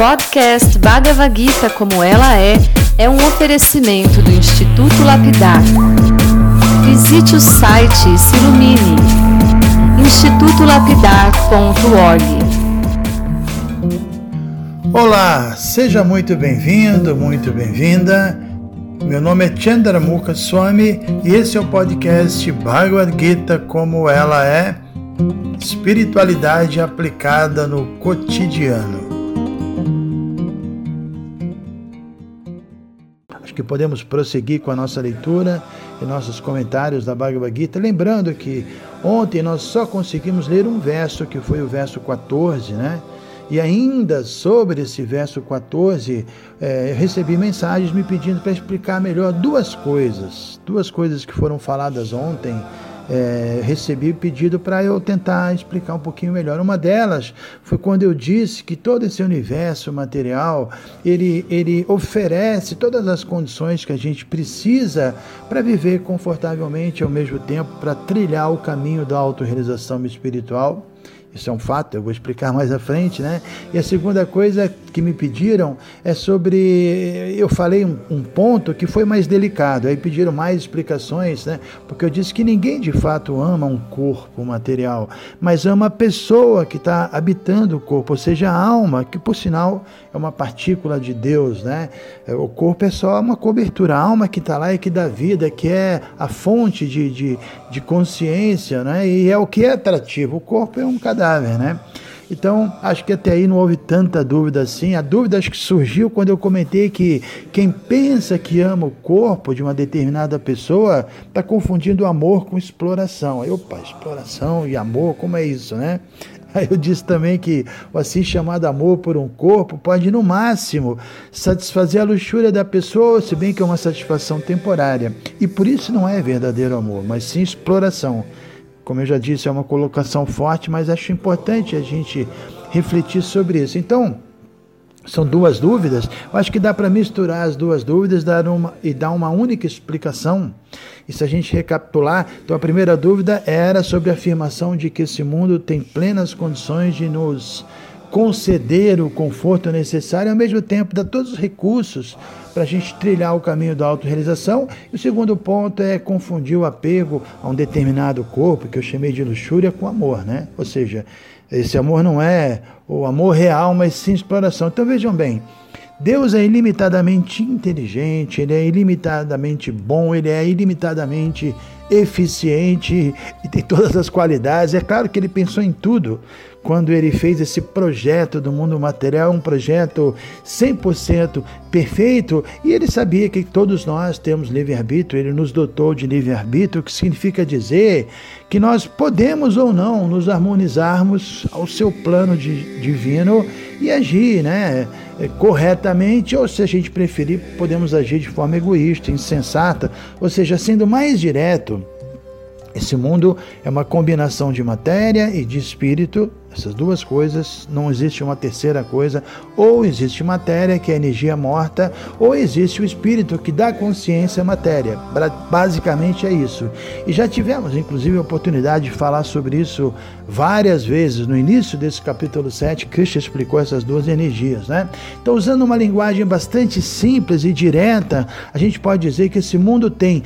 podcast Bhagavad Gita Como Ela é um oferecimento do Instituto Lapidar. Visite o site e se ilumine. institutolapidar.org. Olá, seja muito bem-vindo, muito bem-vinda. Meu nome é Chandramukha Swami e esse é o podcast Bhagavad Gita Como Ela é, espiritualidade aplicada no cotidiano. Acho que podemos prosseguir com a nossa leitura e nossos comentários da Bhagavad Gita, lembrando que ontem nós só conseguimos ler um verso, que foi o verso 14, né? E ainda sobre esse verso 14, eu recebi mensagens me pedindo para explicar melhor duas coisas que foram faladas ontem. Recebi pedido para eu tentar explicar um pouquinho melhor. Uma delas foi quando eu disse que todo esse universo material, ele oferece todas as condições que a gente precisa para viver confortavelmente, ao mesmo tempo para trilhar o caminho da autorrealização espiritual. Isso é um fato, eu vou explicar mais à frente, né? E a segunda coisa que me pediram é sobre... Eu falei um ponto que foi mais delicado, aí pediram mais explicações, né? Porque eu disse que ninguém de fato ama um corpo material, mas ama a pessoa que está habitando o corpo, ou seja, a alma, que por sinal é uma partícula de Deus, né? O corpo é só uma cobertura, a alma que está lá e que dá vida, que é a fonte de consciência, né? E é o que é atrativo. O corpo é um cadáver, né? Então, acho que até aí não houve tanta dúvida assim. A dúvida acho que surgiu quando eu comentei que quem pensa que ama o corpo de uma determinada pessoa está confundindo amor com exploração. Aí, opa, exploração e amor, como é isso, né? Aí eu disse também que o assim chamado amor por um corpo pode, no máximo, satisfazer a luxúria da pessoa, se bem que é uma satisfação temporária. E por isso não é verdadeiro amor, mas sim exploração. Como eu já disse, é uma colocação forte, mas acho importante a gente refletir sobre isso. Então, são duas dúvidas. Eu acho que dá para misturar as duas dúvidas e dar uma única explicação. E se a gente recapitular, então a primeira dúvida era sobre a afirmação de que esse mundo tem plenas condições de nos conceder o conforto necessário, ao mesmo tempo dar todos os recursos para a gente trilhar o caminho da autorrealização. E o segundo ponto é confundir o apego a um determinado corpo, que eu chamei de luxúria, com amor, né? Ou seja, esse amor não é o amor real, mas sim exploração. Então vejam bem, Deus é ilimitadamente inteligente, Ele é ilimitadamente bom, Ele é ilimitadamente eficiente e tem todas as qualidades. É claro que Ele pensou em tudo quando Ele fez esse projeto do mundo material, um projeto 100% perfeito, e Ele sabia que todos nós temos livre-arbítrio. Ele nos dotou de livre-arbítrio, o que significa dizer que nós podemos ou não nos harmonizarmos ao seu plano divino e agir, né, corretamente, ou se a gente preferir, podemos agir de forma egoísta, insensata, ou seja, sendo mais direto. Esse mundo é uma combinação de matéria e de espírito, essas duas coisas, não existe uma terceira coisa. Ou existe matéria, que é a energia morta, ou existe o espírito, que dá consciência à matéria. Basicamente é isso. E já tivemos, inclusive, a oportunidade de falar sobre isso várias vezes. No início desse capítulo 7, Krishna explicou essas duas energias, né? Então, usando uma linguagem bastante simples e direta, a gente pode dizer que esse mundo tem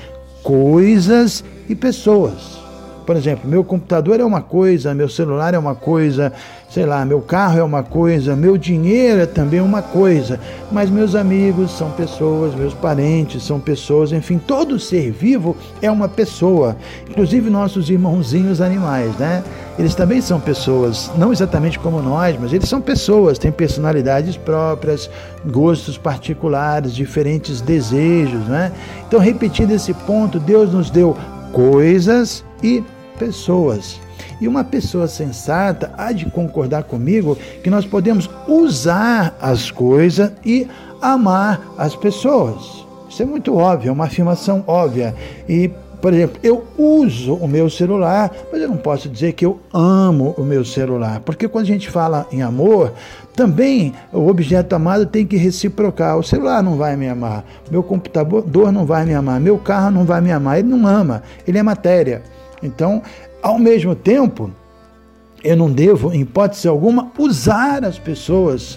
coisas e pessoas. Por exemplo, meu computador é uma coisa, meu celular é uma coisa, sei lá, meu carro é uma coisa, meu dinheiro é também uma coisa, mas meus amigos são pessoas, meus parentes são pessoas, enfim, todo ser vivo é uma pessoa, inclusive nossos irmãozinhos animais, né? Eles também são pessoas, não exatamente como nós, mas eles são pessoas, têm personalidades próprias, gostos particulares, diferentes desejos, né? Então, repetindo esse ponto, Deus nos deu coisas e pessoas. E uma pessoa sensata há de concordar comigo que nós podemos usar as coisas e amar as pessoas. Isso é muito óbvio, é uma afirmação óbvia. E, por exemplo, eu uso o meu celular, mas eu não posso dizer que eu amo o meu celular, porque quando a gente fala em amor, também o objeto amado tem que reciprocar. O celular não vai me amar, meu computador não vai me amar, meu carro não vai me amar, ele não ama, ele é matéria. Então, ao mesmo tempo, eu não devo, em hipótese alguma, usar as pessoas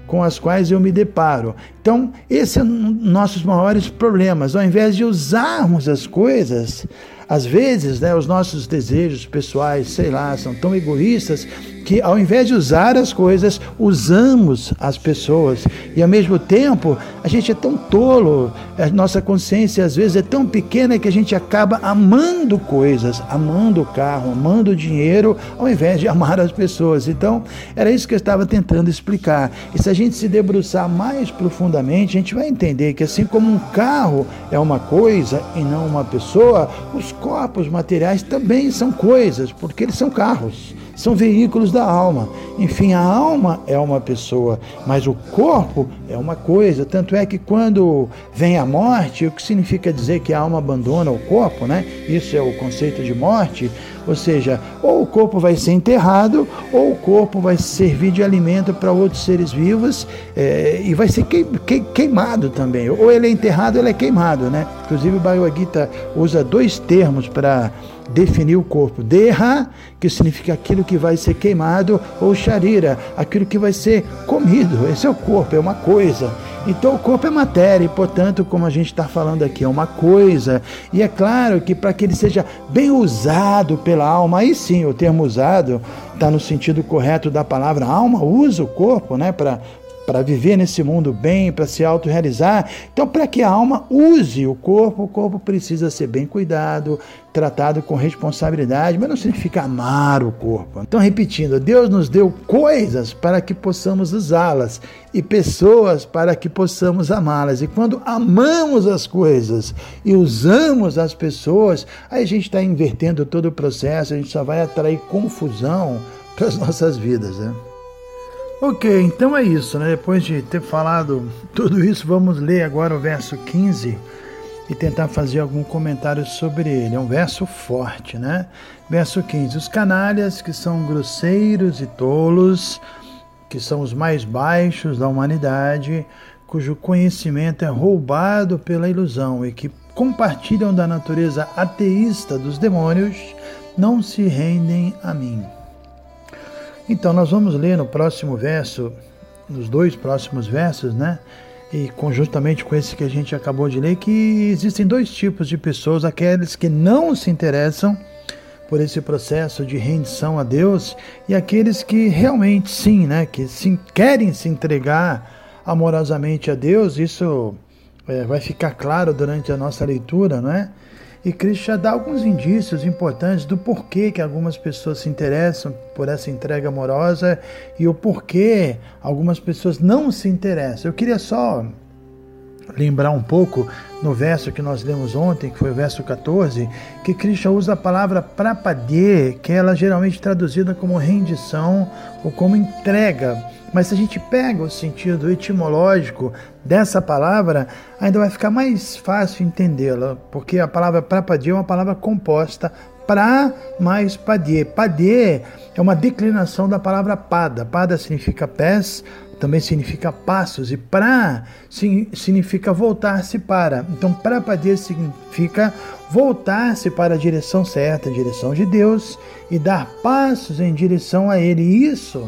com as quais eu me deparo. Então, esse é um dos nossos maiores problemas. Ao invés de usarmos as coisas, às vezes, os nossos desejos pessoais, são tão egoístas que ao invés de usar as coisas, usamos as pessoas. E ao mesmo tempo, a gente é tão tolo, a nossa consciência às vezes é tão pequena que a gente acaba amando coisas, amando o carro, amando o dinheiro, ao invés de amar as pessoas. Então, era isso que eu estava tentando explicar. E se a gente se debruçar mais profundamente, a gente vai entender que assim como um carro é uma coisa e não uma pessoa, os corpos materiais também são coisas, porque eles são carros. São veículos da alma. Enfim, a alma é uma pessoa, mas o corpo é uma coisa. Tanto é que quando vem a morte, o que significa dizer que a alma abandona o corpo, Isso é o conceito de morte. Ou seja, ou o corpo vai ser enterrado, ou o corpo vai servir de alimento para outros seres vivos e vai ser queimado também. Ou ele é enterrado, ou ele é queimado, Inclusive o Bhagavad Gita usa 2 termos para definir o corpo: Deha, que significa aquilo que vai ser queimado, ou Sharira, aquilo que vai ser comido. Esse é o corpo, é uma coisa. Então o corpo é matéria e, portanto, como a gente está falando aqui, é uma coisa. E é claro que para que ele seja bem usado pela alma, aí sim o termo usado está no sentido correto da palavra. A alma usa o corpo para viver nesse mundo bem, para se autorrealizar. Então, para que a alma use o corpo precisa ser bem cuidado, tratado com responsabilidade, mas não significa amar o corpo. Então, repetindo, Deus nos deu coisas para que possamos usá-las e pessoas para que possamos amá-las. E quando amamos as coisas e usamos as pessoas, aí a gente está invertendo todo o processo, a gente só vai atrair confusão para as nossas vidas, Ok, então é isso, Depois de ter falado tudo isso, vamos ler agora o verso 15 e tentar fazer algum comentário sobre ele. É um verso forte, Verso 15. Os canalhas que são grosseiros e tolos, que são os mais baixos da humanidade, cujo conhecimento é roubado pela ilusão e que compartilham da natureza ateísta dos demônios, não se rendem a mim. Então, nós vamos ler no próximo verso, nos 2 próximos versos, E conjuntamente com esse que a gente acabou de ler, que existem 2 tipos de pessoas: aqueles que não se interessam por esse processo de rendição a Deus e aqueles que realmente sim, que querem se entregar amorosamente a Deus. Isso vai ficar claro durante a nossa leitura, E Cristo já dá alguns indícios importantes do porquê que algumas pessoas se interessam por essa entrega amorosa e o porquê algumas pessoas não se interessam. Eu queria só lembrar um pouco no verso que nós lemos ontem, que foi o verso 14, que Cristo usa a palavra prapadye, que ela é geralmente traduzida como rendição ou como entrega. Mas se a gente pega o sentido etimológico dessa palavra, ainda vai ficar mais fácil entendê-la, porque a palavra prapadye é uma palavra composta pra mais padye. Padye é uma declinação da palavra pada. Pada significa pés, também significa passos, e pra significa voltar-se para. Então, prapadye significa voltar-se para a direção certa, a direção de Deus, e dar passos em direção a Ele. E isso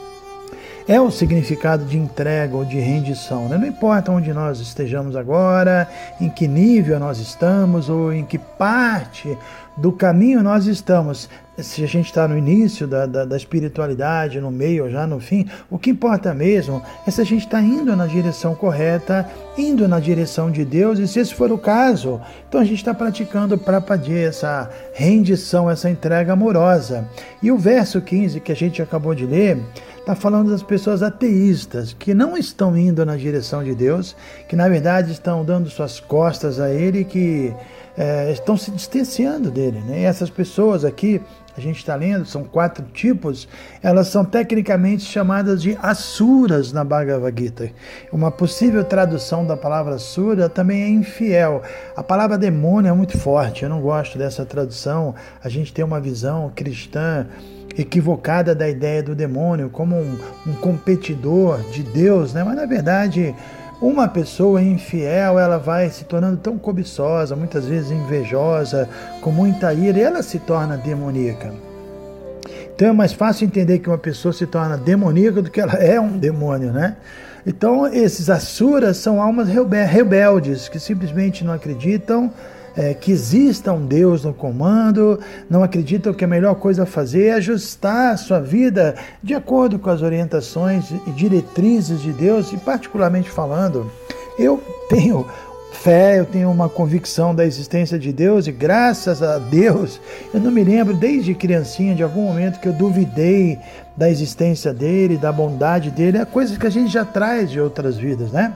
é o significado de entrega ou de rendição. Não importa onde nós estejamos agora, em que nível nós estamos ou em que parte do caminho nós estamos. Se a gente está no início da espiritualidade, no meio ou já no fim, o que importa mesmo é se a gente está indo na direção correta, indo na direção de Deus, e se esse for o caso, então a gente está praticando prapadye, essa rendição, essa entrega amorosa. E o verso 15 que a gente acabou de ler está falando das pessoas ateístas, que não estão indo na direção de Deus, que na verdade estão dando suas costas a Ele, que estão se distanciando dele. E essas pessoas aqui, a gente está lendo, são 4 tipos, elas são tecnicamente chamadas de asuras na Bhagavad Gita. Uma possível tradução da palavra asura também é infiel. A palavra demônio é muito forte, eu não gosto dessa tradução. A gente tem uma visão cristã equivocada da ideia do demônio como um competidor de Deus, mas na verdade uma pessoa infiel, ela vai se tornando tão cobiçosa, muitas vezes invejosa, com muita ira, e ela se torna demoníaca. Então é mais fácil entender que uma pessoa se torna demoníaca do que ela é um demônio, né? Então esses asuras são almas rebeldes que simplesmente não acreditam que exista um Deus no comando, não acreditam que a melhor coisa a fazer é ajustar a sua vida de acordo com as orientações e diretrizes de Deus. E particularmente falando, eu tenho fé, eu tenho uma convicção da existência de Deus, e graças a Deus, eu não me lembro desde criancinha de algum momento que eu duvidei da existência dele, da bondade dele, é coisa que a gente já traz de outras vidas, né?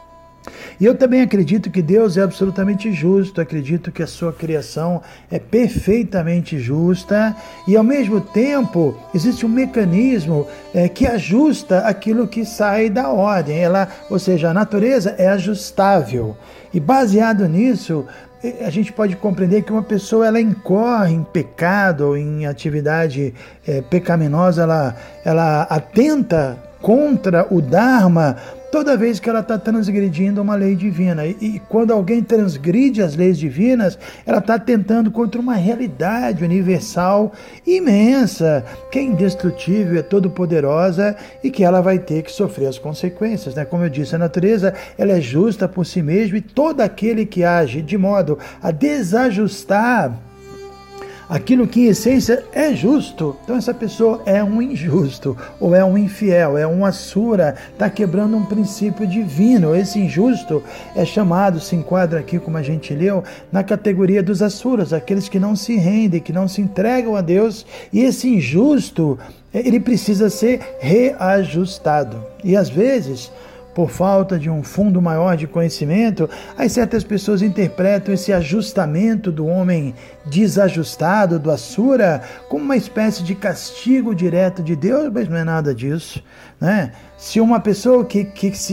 E eu também acredito que Deus é absolutamente justo, acredito que a sua criação é perfeitamente justa, e ao mesmo tempo existe um mecanismo que ajusta aquilo que sai da ordem, ou seja, a natureza é ajustável, e baseado nisso, a gente pode compreender que uma pessoa ela incorre em pecado ou em atividade pecaminosa, ela atenta contra o Dharma toda vez que ela está transgredindo uma lei divina. E quando alguém transgride as leis divinas, ela está atentando contra uma realidade universal imensa, que é indestrutível, é todo-poderosa e que ela vai ter que sofrer as consequências, né? Como eu disse, a natureza ela é justa por si mesma, e todo aquele que age de modo a desajustar aquilo que em essência é justo, então essa pessoa é um injusto, ou é um infiel, é um asura, está quebrando um princípio divino. Esse injusto é chamado, se enquadra aqui, como a gente leu, na categoria dos asuras, aqueles que não se rendem, que não se entregam a Deus, e esse injusto, ele precisa ser reajustado. E às vezes, por falta de um fundo maior de conhecimento, aí certas pessoas interpretam esse ajustamento do homem desajustado, do asura, como uma espécie de castigo direto de Deus, mas não é nada disso, né? Se uma pessoa que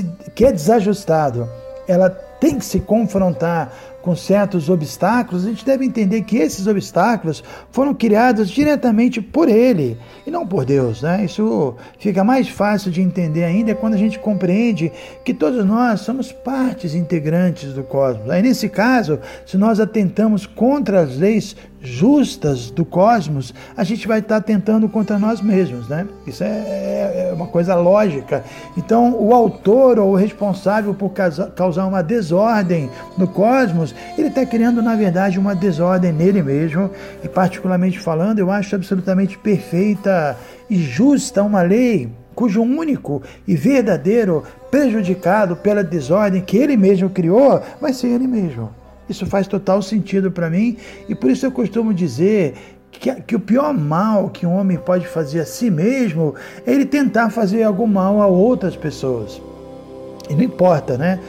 é desajustado, ela tem que se confrontar com certos obstáculos, a gente deve entender que esses obstáculos foram criados diretamente por ele e não por Deus, né? Isso fica mais fácil de entender ainda quando a gente compreende que todos nós somos partes integrantes do cosmos. Aí nesse caso, se nós atentamos contra as leis justas do cosmos, a gente vai estar atentando contra nós mesmos, né? Isso é uma coisa lógica. Então, o autor ou o responsável por causar uma desordem no cosmos, ele está criando, na verdade, uma desordem nele mesmo. E, particularmente falando, eu acho absolutamente perfeita e justa uma lei cujo único e verdadeiro prejudicado pela desordem que ele mesmo criou vai ser ele mesmo. Isso faz total sentido para mim, e por isso eu costumo dizer que o pior mal que um homem pode fazer a si mesmo é ele tentar fazer algum mal a outras pessoas. E não importa, né?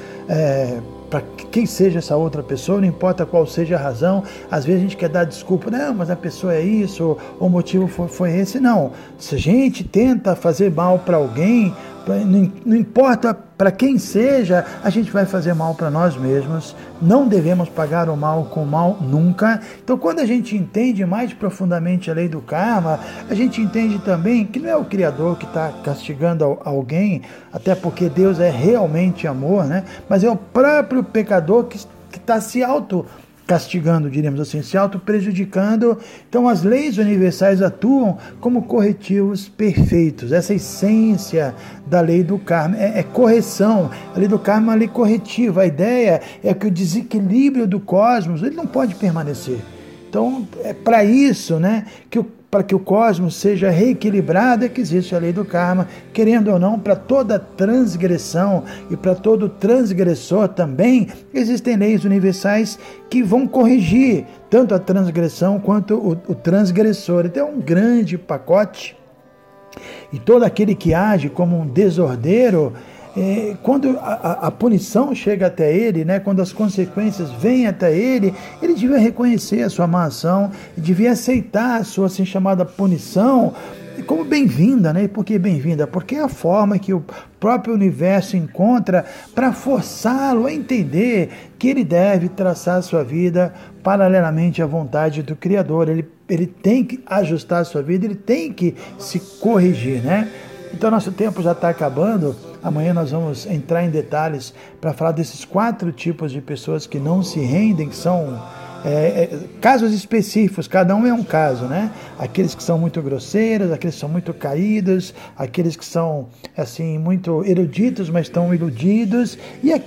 Para quem seja essa outra pessoa, não importa qual seja a razão, às vezes a gente quer dar desculpa, não, mas a pessoa é isso, ou o motivo foi esse. Não, se a gente tenta fazer mal para alguém, não importa para quem seja, a gente vai fazer mal para nós mesmos. Não devemos pagar o mal com o mal nunca. Então, quando a gente entende mais profundamente a lei do karma, a gente entende também que não é o Criador que está castigando alguém, até porque Deus é realmente amor, né? Mas é o próprio pecador que está se castigando, diríamos assim, se auto-prejudicando. Então as leis universais atuam como corretivos perfeitos. Essa essência da lei do karma é correção. A lei do karma é uma lei corretiva. A ideia é que o desequilíbrio do cosmos ele não pode permanecer. Então é para isso, né, para que o cosmos seja reequilibrado, é que existe a lei do karma, querendo ou não, para toda transgressão e para todo transgressor também, existem leis universais que vão corrigir tanto a transgressão quanto o transgressor. Então é um grande pacote, e todo aquele que age como um desordeiro, quando a punição chega até ele, né, quando as consequências vêm até ele, ele devia reconhecer a sua má ação, devia aceitar a sua assim chamada punição como bem-vinda, né? Por que bem-vinda? Porque é a forma que o próprio universo encontra para forçá-lo a entender que ele deve traçar a sua vida paralelamente à vontade do Criador. Ele tem que ajustar a sua vida, ele tem que se corrigir, né? Então nosso tempo já está acabando. Amanhã nós vamos entrar em detalhes para falar desses 4 tipos de pessoas que não se rendem, que são casos específicos, cada um é um caso, né? Aqueles que são muito grosseiros, aqueles que são muito caídos, aqueles que são assim muito eruditos, mas estão iludidos, e